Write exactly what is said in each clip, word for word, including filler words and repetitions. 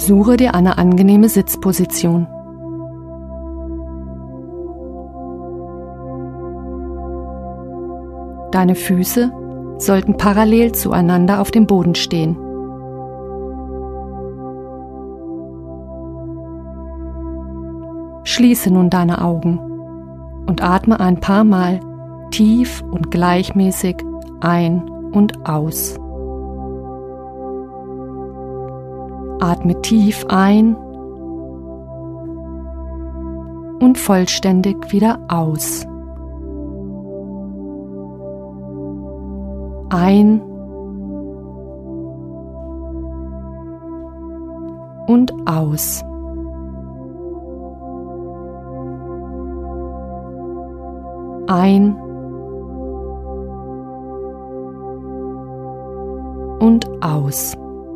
Suche dir eine angenehme Sitzposition. Deine Füße sollten parallel zueinander auf dem Boden stehen. Schließe nun deine Augen und atme ein paar Mal tief und gleichmäßig ein und aus. Atme tief ein und vollständig wieder aus. Ein und aus. Ein und aus.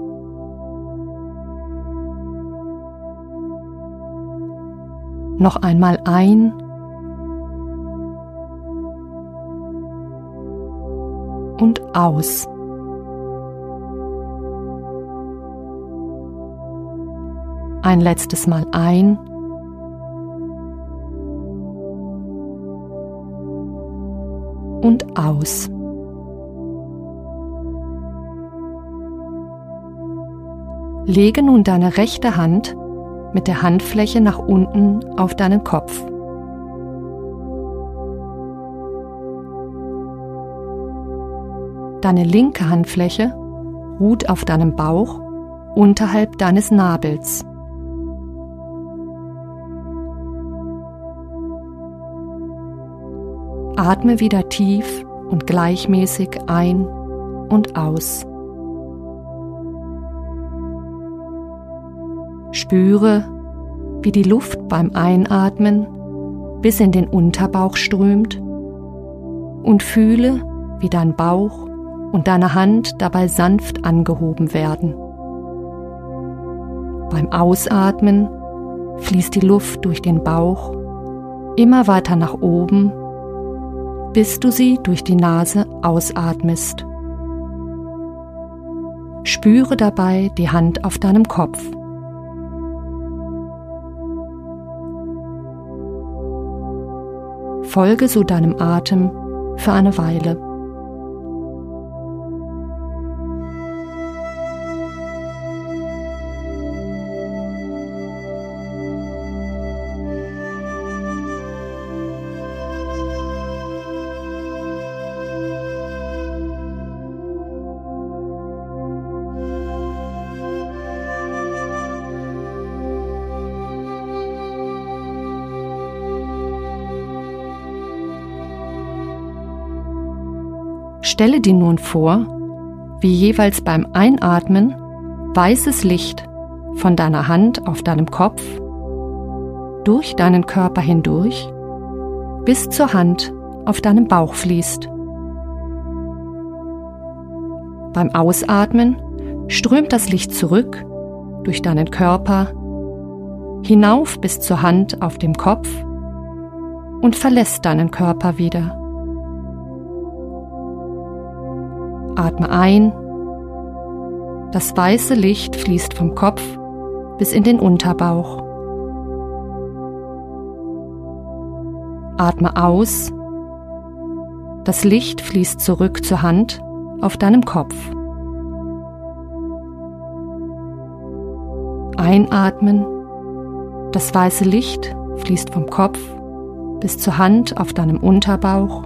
Noch einmal ein und aus. Ein letztes Mal ein und aus. Lege nun deine rechte Hand mit der Handfläche nach unten auf deinen Kopf. Deine linke Handfläche ruht auf deinem Bauch unterhalb deines Nabels. Atme wieder tief und gleichmäßig ein und aus. Spüre, wie die Luft beim Einatmen bis in den Unterbauch strömt und fühle, wie dein Bauch und deine Hand dabei sanft angehoben werden. Beim Ausatmen fließt die Luft durch den Bauch immer weiter nach oben, bis du sie durch die Nase ausatmest. Spüre dabei die Hand auf deinem Kopf. Folge so deinem Atem für eine Weile. Stelle dir nun vor, wie jeweils beim Einatmen weißes Licht von deiner Hand auf deinem Kopf durch deinen Körper hindurch bis zur Hand auf deinem Bauch fließt. Beim Ausatmen strömt das Licht zurück durch deinen Körper hinauf bis zur Hand auf dem Kopf und verlässt deinen Körper wieder. Atme ein, das weiße Licht fließt vom Kopf bis in den Unterbauch. Atme aus, das Licht fließt zurück zur Hand auf deinem Kopf. Einatmen, das weiße Licht fließt vom Kopf bis zur Hand auf deinem Unterbauch.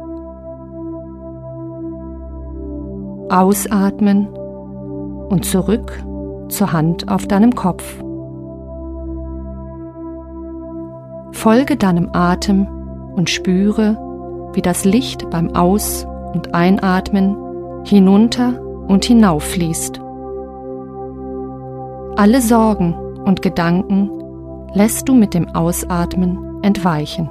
Ausatmen und zurück zur Hand auf deinem Kopf. Folge deinem Atem und spüre, wie das Licht beim Aus- und Einatmen hinunter und hinauf fließt. Alle Sorgen und Gedanken lässt du mit dem Ausatmen entweichen.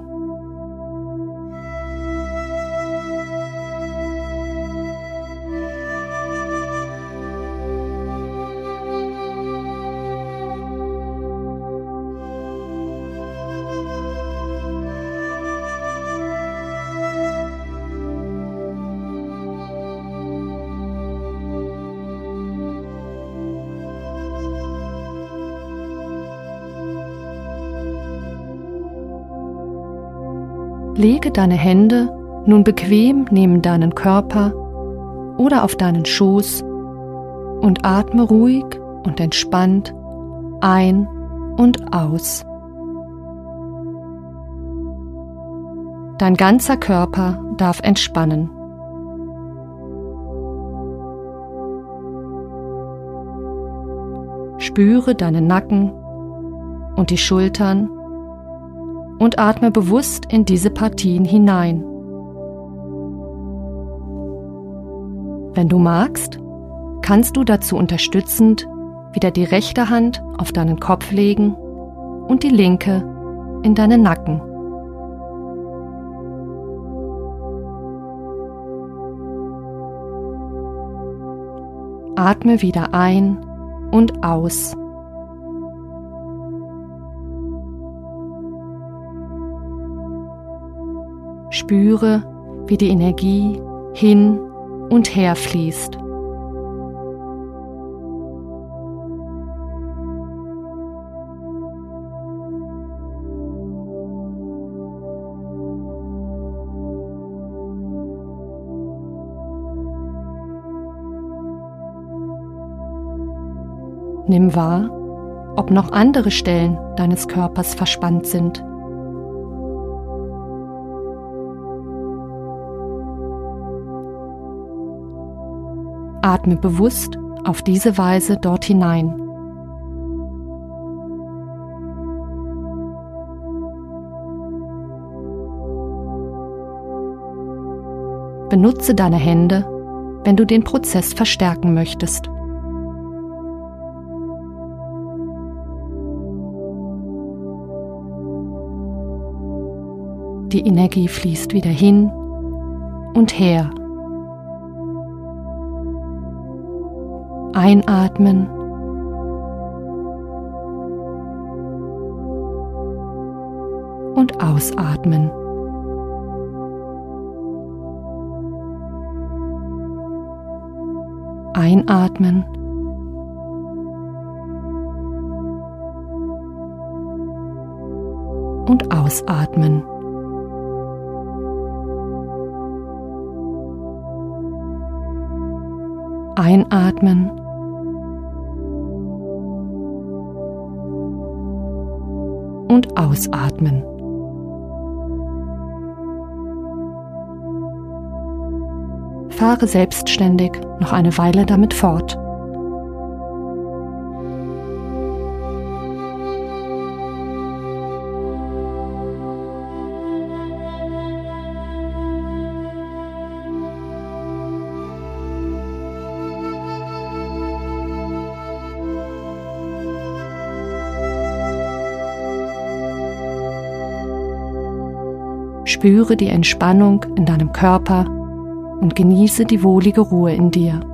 Lege deine Hände nun bequem neben deinen Körper oder auf deinen Schoß und atme ruhig und entspannt ein und aus. Dein ganzer Körper darf entspannen. Spüre deinen Nacken und die Schultern und atme bewusst in diese Partien hinein. Wenn du magst, kannst du dazu unterstützend wieder die rechte Hand auf deinen Kopf legen und die linke in deinen Nacken. Atme wieder ein und aus. Spüre, wie die Energie hin und her fließt. Nimm wahr, ob noch andere Stellen deines Körpers verspannt sind. Atme bewusst auf diese Weise dort hinein. Benutze deine Hände, wenn du den Prozess verstärken möchtest. Die Energie fließt wieder hin und her. Einatmen und ausatmen. Einatmen und ausatmen. Einatmen und ausatmen. Fahre selbstständig noch eine Weile damit fort. Spüre die Entspannung in deinem Körper und genieße die wohlige Ruhe in dir.